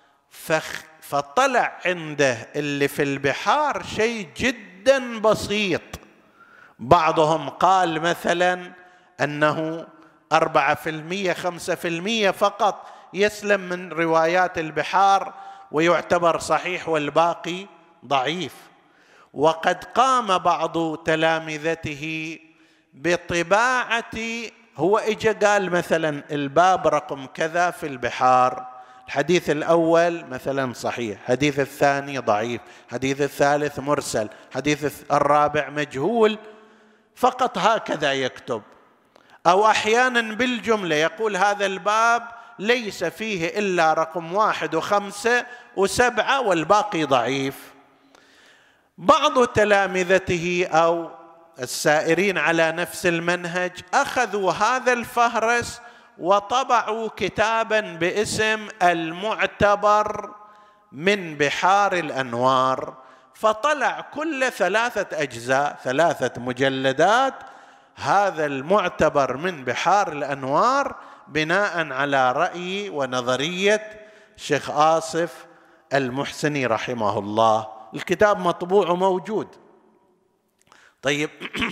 فطلع عنده اللي في البحار شيء جدا بسيط. بعضهم قال مثلا أنه 4% 5% فقط يسلم من روايات البحار ويعتبر صحيح والباقي ضعيف. وقد قام بعض تلامذته بطباعة، هو اجى قال مثلا الباب رقم كذا في البحار، الحديث الأول مثلا صحيح، الحديث الثاني ضعيف، الحديث الثالث مرسل، الحديث الرابع مجهول، فقط هكذا يكتب. أو أحيانا بالجملة يقول هذا الباب ليس فيه إلا رقم 1 و5 و7 والباقي ضعيف. بعض تلامذته أو السائرين على نفس المنهج أخذوا هذا الفهرس وطبعوا كتابا باسم المعتبر من بحار الأنوار، فطلع كل 3 أجزاء 3 مجلدات هذا المعتبر من بحار الأنوار بناء على رأي ونظرية الشيخ آصف المحسني رحمه الله. الكتاب مطبوع وموجود. طيب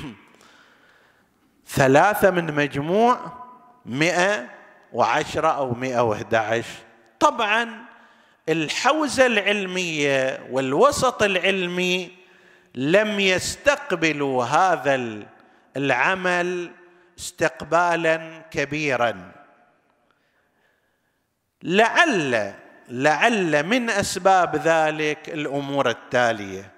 3 من مجموع 110 أو 111. طبعا الحوزة العلمية والوسط العلمي لم يستقبلوا هذا العمل استقبالا كبيرا. لعل من أسباب ذلك الأمور التالية.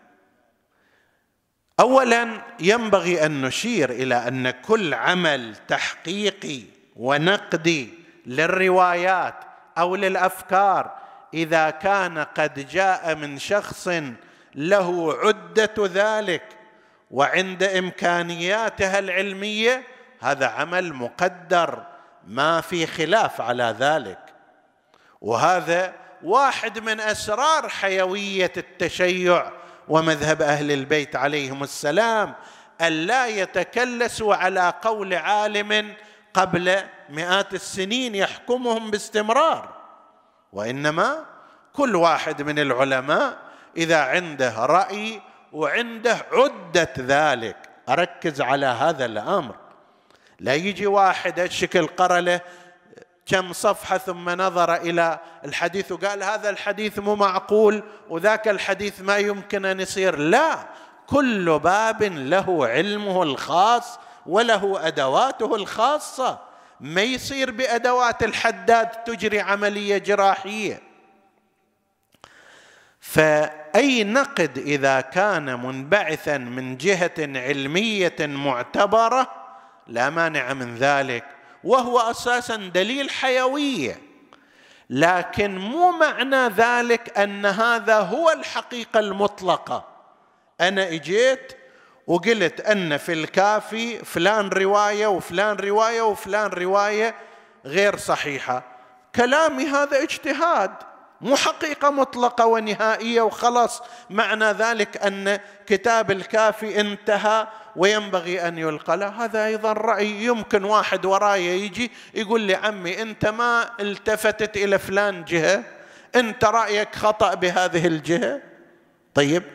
أولا، ينبغي أن نشير إلى أن كل عمل تحقيقي ونقدي للروايات أو للأفكار إذا كان قد جاء من شخص له عدة ذلك وعند إمكانياتها العلمية، هذا عمل مقدر ما في خلاف على ذلك. وهذا واحد من أسرار حيوية التشيع ومذهب أهل البيت عليهم السلام، ألا يتكلسوا على قول عالم قبل مئات السنين يحكمهم باستمرار، وإنما كل واحد من العلماء إذا عنده رأي وعنده عدة ذلك أركز على هذا الأمر. لا يجي واحد الشكل قرأ له كم صفحة ثم نظر إلى الحديث وقال هذا الحديث مو معقول وذاك الحديث ما يمكن أن يصير. لا، كل باب له علمه الخاص وله أدواته الخاصة، ما يصير بأدوات الحداد تجري عملية جراحية. أي نقد إذا كان منبعثا من جهة علمية معتبرة لا مانع من ذلك، وهو أساسا دليل حيوية، لكن مو معنى ذلك أن هذا هو الحقيقة المطلقة. أنا إجيت وقلت أن في الكافي فلان رواية وفلان رواية وفلان رواية غير صحيحة، كلامي هذا اجتهاد مو حقيقة مطلقة ونهائية وخلاص معنى ذلك أن كتاب الكافي انتهى وينبغي أن يلقى له. هذا أيضا رأي. يمكن واحد وراي يجي يقول لي عمي أنت ما التفتت إلى فلان جهة، أنت رأيك خطأ بهذه الجهة. طيب،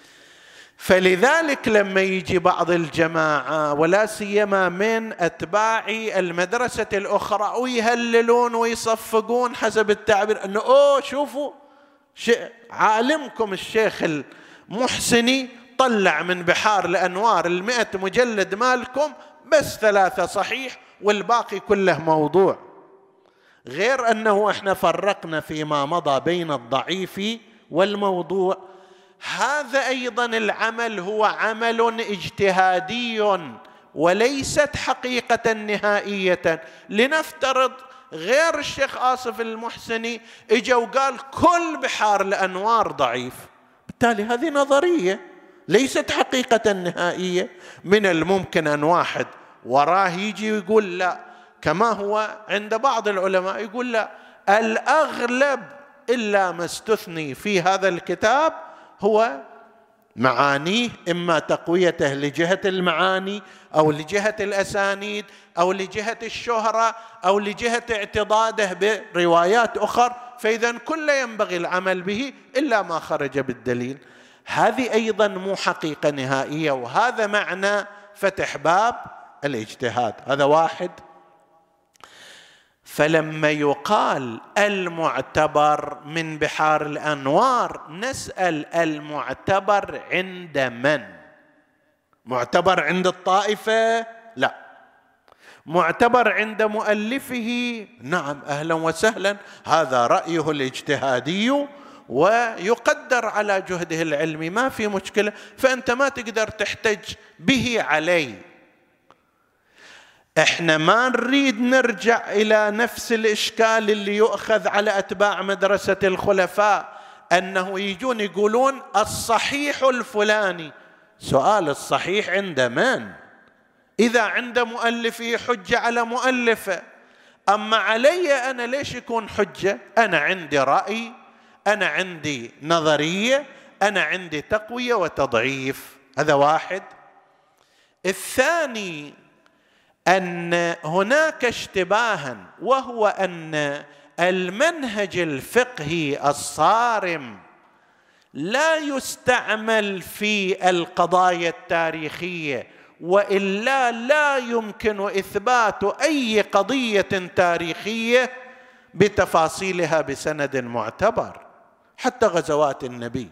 فلذلك لما يجي بعض الجماعة ولا سيما من أتباع المدرسة الأخرى ويهللون ويصفقون حسب التعبير أنه شوفوا عالمكم الشيخ المحسني طلع من بحار الأنوار 100 مجلد مالكم بس 3 صحيح والباقي كله موضوع، غير أنه احنا فرقنا فيما مضى بين الضعيف والموضوع. هذا أيضا العمل هو عمل اجتهادي وليست حقيقة نهائية. لنفترض غير الشيخ آصف المحسني اجا وقال كل بحار الأنوار ضعيف، بالتالي هذه نظرية ليست حقيقة نهائية. من الممكن أن واحد وراه يجي ويقول لا، كما هو عند بعض العلماء يقول لا، الأغلب إلا ما استثني في هذا الكتاب هو معانيه إما تقويته لجهة المعاني أو لجهة الأسانيد أو لجهة الشهرة أو لجهة اعتضاده بروايات أخرى، فإذا كل ينبغي العمل به إلا ما خرج بالدليل. هذه أيضا مو حقيقة نهائية، وهذا معنى فتح باب الاجتهاد. هذا واحد. فلما يقال المعتبر من بحار الأنوار نسأل المعتبر عند من؟ معتبر عند الطائفة؟ لا. معتبر عند مؤلفه؟ نعم، أهلا وسهلا، هذا رأيه الاجتهادي ويقدر على جهده العلمي، ما في مشكلة، فأنت ما تقدر تحتج به عليه. احنا ما نريد نرجع إلى نفس الإشكال اللي يؤخذ على أتباع مدرسة الخلفاء، أنه يجون يقولون الصحيح الفلاني. سؤال الصحيح عند من؟ إذا عند مؤلفه حجة على مؤلفه، أما علي أنا ليش يكون حجة؟ أنا عندي رأي، أنا عندي نظرية، أنا عندي تقوية وتضعيف. هذا واحد. الثاني أن هناك اشتباها، وهو أن المنهج الفقهي الصارم لا يستعمل في القضايا التاريخية، وإلا لا يمكن إثبات أي قضية تاريخية بتفاصيلها بسند معتبر. حتى غزوات النبي،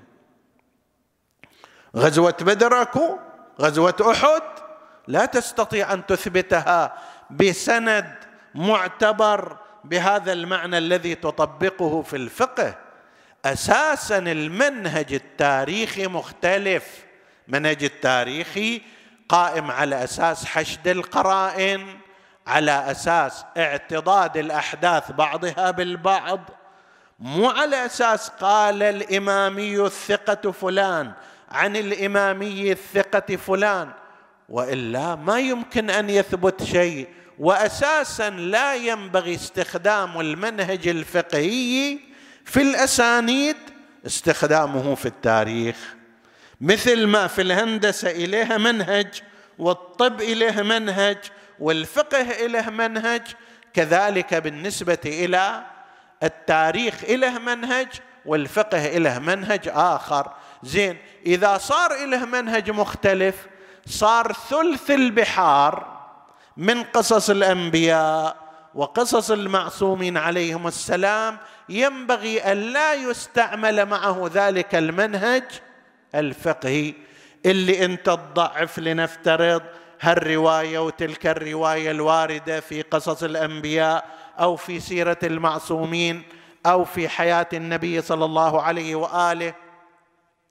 غزوة بدر أكو، غزوة أحد، لا تستطيع أن تثبتها بسند معتبر بهذا المعنى الذي تطبقه في الفقه. أساساً المنهج التاريخي مختلف. منهج التاريخي قائم على أساس حشد القرائن، على أساس اعتضاد الأحداث بعضها بالبعض، مو على أساس قال الإمامي الثقة فلان عن الإمامي الثقة فلان، وإلا ما يمكن أن يثبت شيء. وأساساً لا ينبغي استخدام المنهج الفقهي في الأسانيد استخدامه في التاريخ، مثل ما في الهندسة إليها منهج، والطب إليه منهج، والفقه إليه منهج، كذلك بالنسبة إلى التاريخ إليه منهج والفقه إليه منهج آخر. زين، إذا صار إليه منهج مختلف صار ثلث البحار من قصص الأنبياء وقصص المعصومين عليهم السلام ينبغي أن لا يستعمل معه ذلك المنهج الفقهي اللي أنت تضعف لنفترض هالرواية وتلك الرواية الواردة في قصص الأنبياء أو في سيرة المعصومين أو في حياة النبي صلى الله عليه وآله.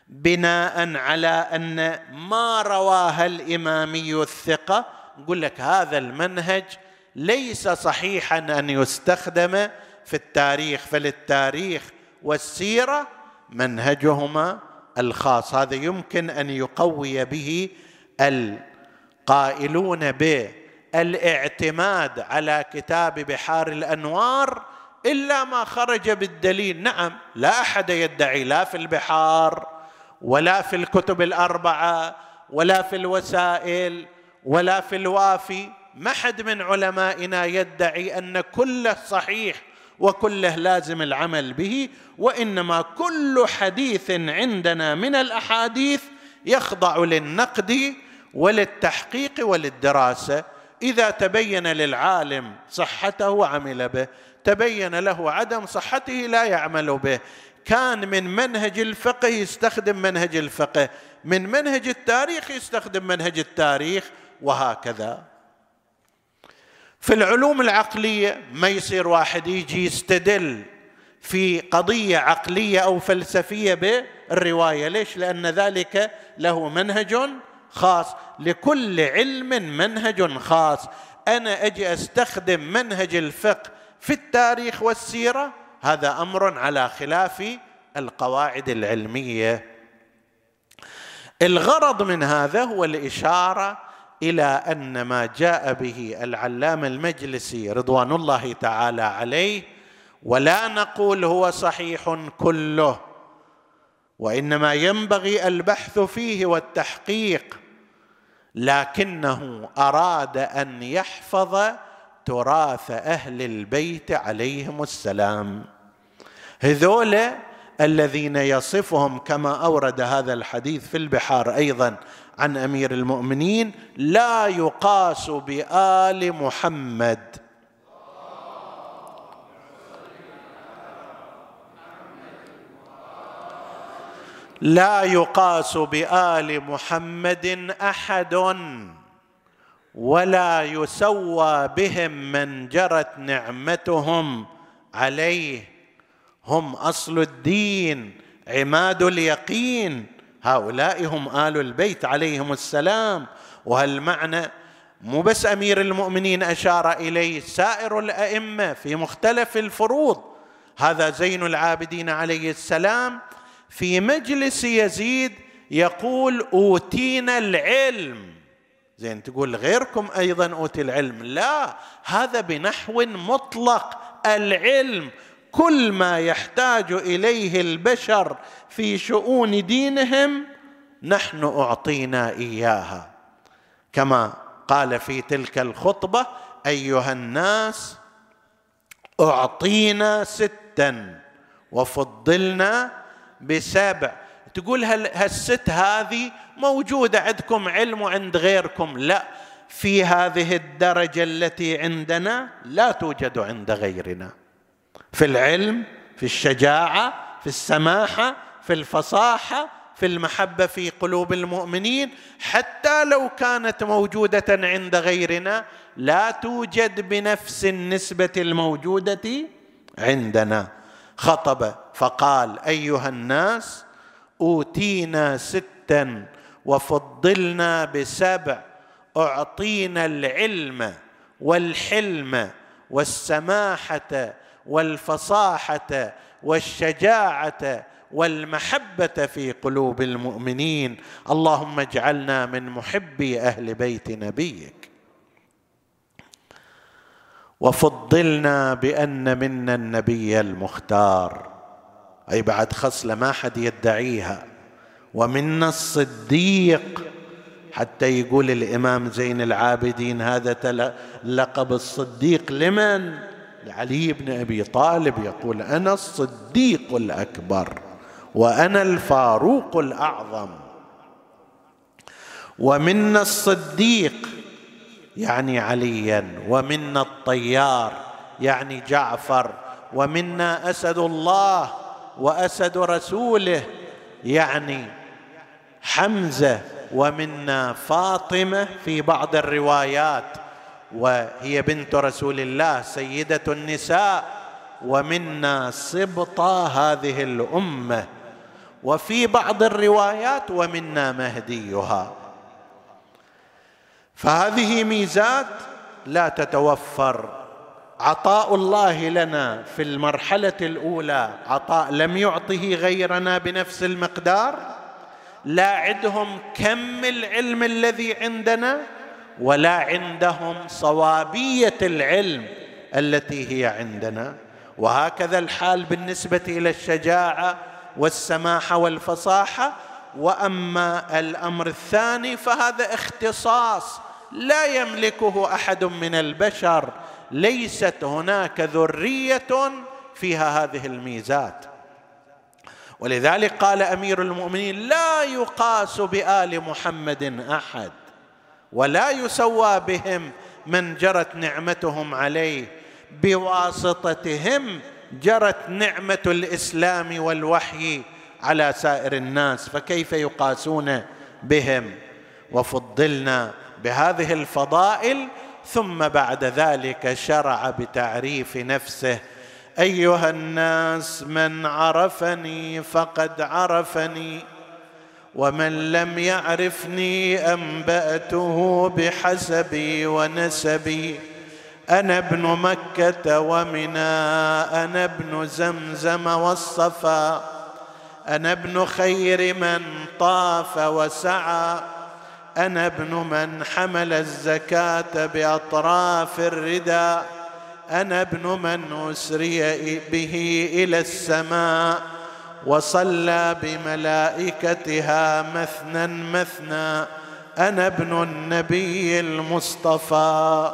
بناء على أن ما رواها الإمامي الثقة، نقول لك هذا المنهج ليس صحيحا أن يستخدم في التاريخ، فللتاريخ والسيرة منهجهما الخاص. هذا يمكن أن يقوي به القائلون بالاعتماد على كتاب بحار الأنوار إلا ما خرج بالدليل. نعم، لا أحد يدعي لا في البحار ولا في الكتب الأربعة ولا في الوسائل ولا في الوافي، ما حد من علمائنا يدعي أن كله صحيح وكله لازم العمل به، وإنما كل حديث عندنا من الأحاديث يخضع للنقد وللتحقيق وللدراسة. إذا تبين للعالم صحته وعمل به، تبين له عدم صحته لا يعمل به. كان من منهج الفقه يستخدم منهج الفقه، من منهج التاريخ يستخدم منهج التاريخ، وهكذا. في العلوم العقلية ما يصير واحد يجي يستدل في قضية عقلية أو فلسفية بالرواية. ليش؟ لأن ذلك له منهج خاص، لكل علم منهج خاص. أنا أجي أستخدم منهج الفقه في التاريخ والسيرة، هذا أمر على خلاف القواعد العلمية. الغرض من هذا هو الإشارة إلى أن ما جاء به العلامة المجلسي رضوان الله تعالى عليه، ولا نقول هو صحيح كله، وإنما ينبغي البحث فيه والتحقيق، لكنه أراد أن يحفظ تراث أهل البيت عليهم السلام. هذول الذين يصفهم كما أورد هذا الحديث في البحار أيضا عن أمير المؤمنين: لا يقاس بآل محمد. لا يقاس بآل محمد أحد، ولا يسوى بهم من جرت نعمتهم عليه. هم أصل الدين، عماد اليقين، هؤلاء هم آل البيت عليهم السلام. وهالمعنى مو بس أمير المؤمنين أشار إليه، سائر الأئمة في مختلف الفروض. هذا زين العابدين عليه السلام في مجلس يزيد يقول: أوتينا العلم. زين تقول غيركم أيضا أوتي العلم، لا، هذا بنحو مطلق. العلم كل ما يحتاج إليه البشر في شؤون دينهم نحن أعطينا إياها، كما قال في تلك الخطبة: أيها الناس أعطينا 6 وفضلنا ب7. تقول هالست هذه موجودة عندكم علم وعند غيركم، لا، في هذه الدرجة التي عندنا لا توجد عند غيرنا، في العلم، في الشجاعة، في السماحة، في الفصاحة، في المحبة في قلوب المؤمنين. حتى لو كانت موجودة عند غيرنا لا توجد بنفس النسبة الموجودة عندنا. خطب فقال: أيها الناس أوتينا 6 وفضلنا ب7، أعطينا العلم والحلم والسماحة والفصاحة والشجاعة والمحبة في قلوب المؤمنين. اللهم اجعلنا من محبي أهل بيت نبيك. وفضلنا بأن منا النبي المختار، أي بعد خصلة ما حد يدعيها، ومنا الصديق، حتى يقول الإمام زين العابدين هذا لقب الصديق لمن؟ لعلي بن أبي طالب، يقول: أنا الصديق الأكبر وأنا الفاروق الأعظم. ومنا الصديق يعني عليا، ومنا الطيار يعني جعفر، ومنا أسد الله وأسد رسوله يعني حمزة، ومنا فاطمة في بعض الروايات وهي بنت رسول الله سيدة النساء، ومنا سبط هذه الأمة. وفي بعض الروايات ومنا مهديها. فهذه ميزات لا تتوفر. عطاء الله لنا في المرحلة الأولى عطاء لم يعطه غيرنا بنفس المقدار، لا عندهم كم العلم الذي عندنا، ولا عندهم صوابية العلم التي هي عندنا. وهكذا الحال بالنسبة إلى الشجاعة والسماحة والفصاحة. وأما الأمر الثاني فهذا اختصاص لا يملكه أحد من البشر، ليست هناك ذرية فيها هذه الميزات. ولذلك قال أمير المؤمنين: لا يقاس بآل محمد أحد، ولا يسوى بهم من جرت نعمتهم عليه، بواسطتهم جرت نعمة الإسلام والوحي على سائر الناس، فكيف يقاسون بهم؟ وفضلنا بهذه الفضائل. ثم بعد ذلك شرع بتعريف نفسه: أيها الناس، من عرفني فقد عرفني، ومن لم يعرفني أنبأته بحسبي ونسبي. أنا ابن مكة ومنى، أنا ابن زمزم والصفا، أنا ابن خير من طاف وسعى، أنا ابن من حمل الزكاة بأطراف الردى، أنا ابن من أسري به إلى السماء وصلى بملائكتها مثنى مثنى، أنا ابن النبي المصطفى.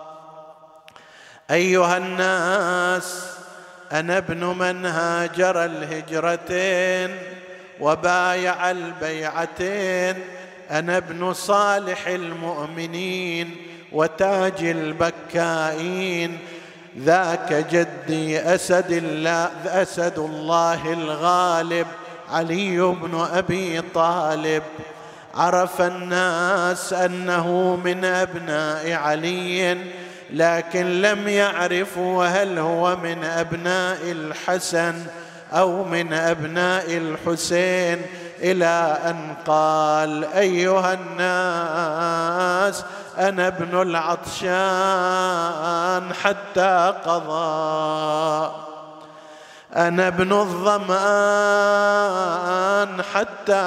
أيها الناس، أنا ابن من هاجر الهجرتين وبايع البيعتين، أنا ابن صالح المؤمنين وتاج البكائين، ذاك جدي أسد الله الغالب علي بن أبي طالب. عرف الناس أنه من أبناء علي، لكن لم يعرفوا هل هو من أبناء الحسن أو من أبناء الحسين، إلى أن قال: أيها الناس، أنا ابن العطشان حتى قضى، أنا ابن الظمآن حتى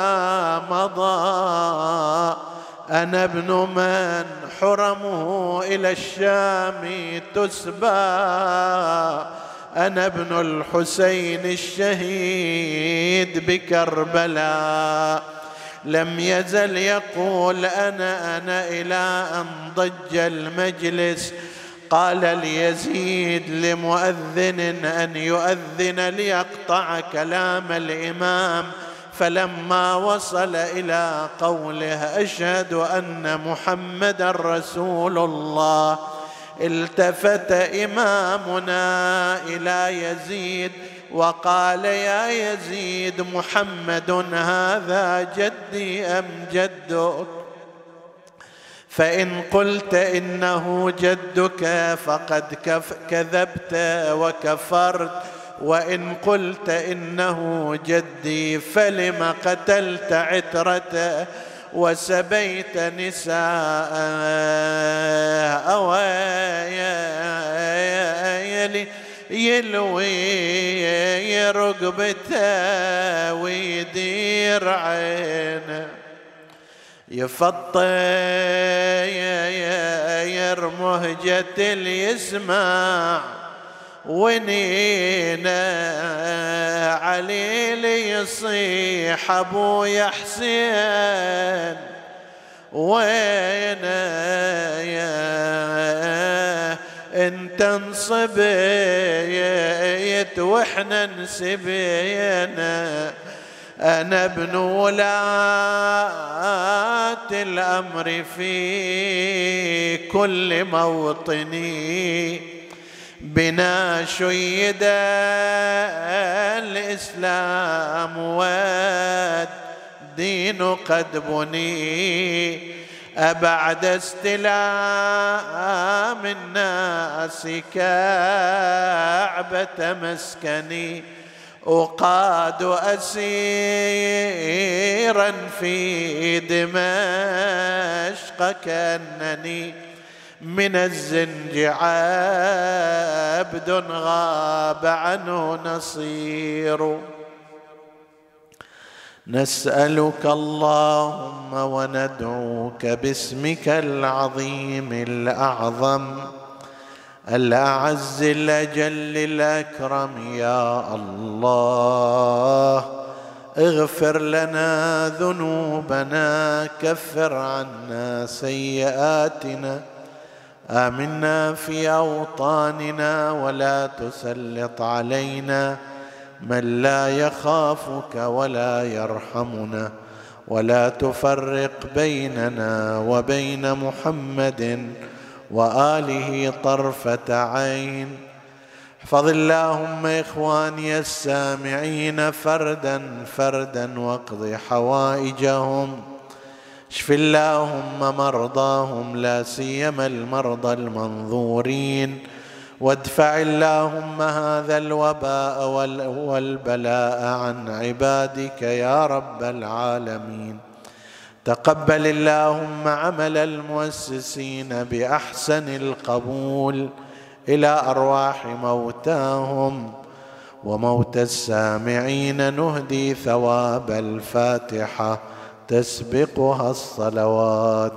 مضى، أنا ابن من حرمه إلى الشام تسبى، أنا ابن الحسين الشهيد بكربلاء. لم يزل يقول أنا إلى أن ضج المجلس. قال ليزيد لمؤذن أن يؤذن ليقطع كلام الإمام، فلما وصل إلى قوله: أشهد أن محمد رسول الله، التفت إمامنا إلى يزيد وقال: يا يزيد، محمد هذا جدي أم جدك؟ فإن قلت إنه جدك فقد كذبت وكفرت، وإن قلت إنه جدي فلم قتلت عترته وسبيت نساء يلوي رقبته ويدير عينه، يفطير مهجة يسمع ونينا علي ليصيح أبويا حسين، وينا يا انت انصبيت واحنا انسبينا، أنا ابن ولاة الأمر في كل موطني، بنا شيد الإسلام والدين قد بني، أبعد استلام الناس كعبة مسكني، أقاد أسيرا في دمشق كأنني من الزنج عبد غاب عنه نصير. نسألك اللهم وندعوك باسمك العظيم الأعظم الأعز الأجل الأكرم يا الله، اغفر لنا ذنوبنا، كفر عنا سيئاتنا، آمنا في أوطاننا، ولا تسلط علينا من لا يخافك ولا يرحمنا، ولا تفرق بيننا وبين محمد وآله طرفة عين. احفظ اللهم إخواني السامعين فردا فردا واقض حوائجهم، اشف اللهم مرضاهم لا سيما المرضى المنظورين، وادفع اللهم هذا الوباء والبلاء عن عبادك يا رب العالمين. تقبل اللهم عمل المؤسسين بأحسن القبول إلى أرواح موتاهم وموتى السامعين، نهدي ثواب الفاتحة تسبقها الصلوات.